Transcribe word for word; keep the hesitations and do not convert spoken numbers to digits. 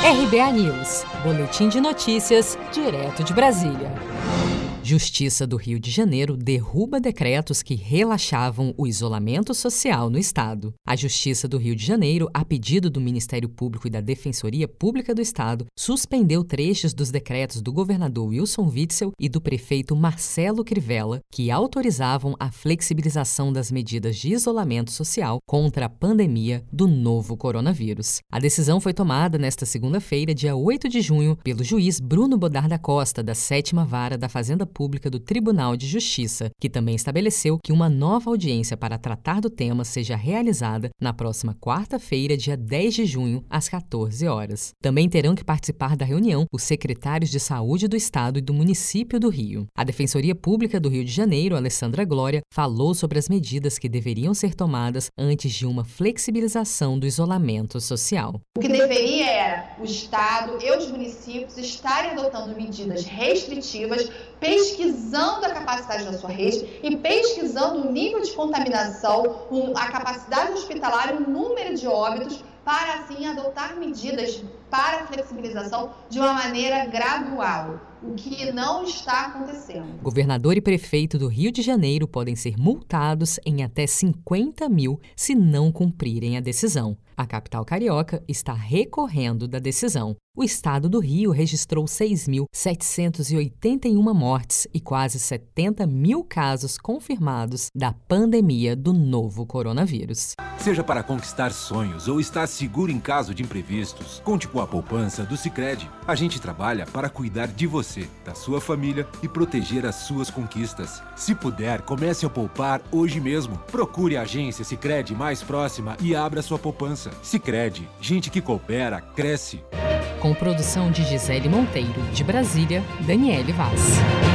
R B A News, boletim de notícias, direto de Brasília. Justiça do Rio de Janeiro derruba decretos que relaxavam o isolamento social no estado. A Justiça do Rio de Janeiro, a pedido do Ministério Público e da Defensoria Pública do Estado, suspendeu trechos dos decretos do governador Wilson Witzel e do prefeito Marcelo Crivella, que autorizavam a flexibilização das medidas de isolamento social contra a pandemia do novo coronavírus. A decisão foi tomada nesta segunda-feira, dia oito de junho, pelo juiz Bruno Bodar da Costa, da sétima Vara da Fazenda Pública do Tribunal de Justiça, que também estabeleceu que uma nova audiência para tratar do tema seja realizada na próxima quarta-feira, dia dez de junho, às quatorze horas. Também terão que participar da reunião os secretários de Saúde do Estado e do município do Rio. A Defensoria Pública do Rio de Janeiro, Alessandra Glória, falou sobre as medidas que deveriam ser tomadas antes de uma flexibilização do isolamento social. O que deveria era o Estado e os municípios estarem adotando medidas restritivas, pesquisando a capacidade da sua rede e pesquisando o nível de contaminação, a capacidade hospitalar e o número de óbitos, para assim adotar medidas para a flexibilização de uma maneira gradual, o que não está acontecendo. Governador e prefeito do Rio de Janeiro podem ser multados em até cinquenta mil se não cumprirem a decisão. A capital carioca está recorrendo da decisão. O estado do Rio registrou seis mil setecentas e oitenta e uma mortes e quase setenta mil casos confirmados da pandemia do novo coronavírus. Seja para conquistar sonhos ou estar seguro em caso de imprevistos, conte com a poupança do Sicredi. A gente trabalha para cuidar de você, da sua família e proteger as suas conquistas. Se puder, comece a poupar hoje mesmo. Procure a agência Sicredi mais próxima e abra sua poupança. Sicredi, gente que coopera, cresce. Com produção de Gisele Monteiro, de Brasília, Daniele Vaz.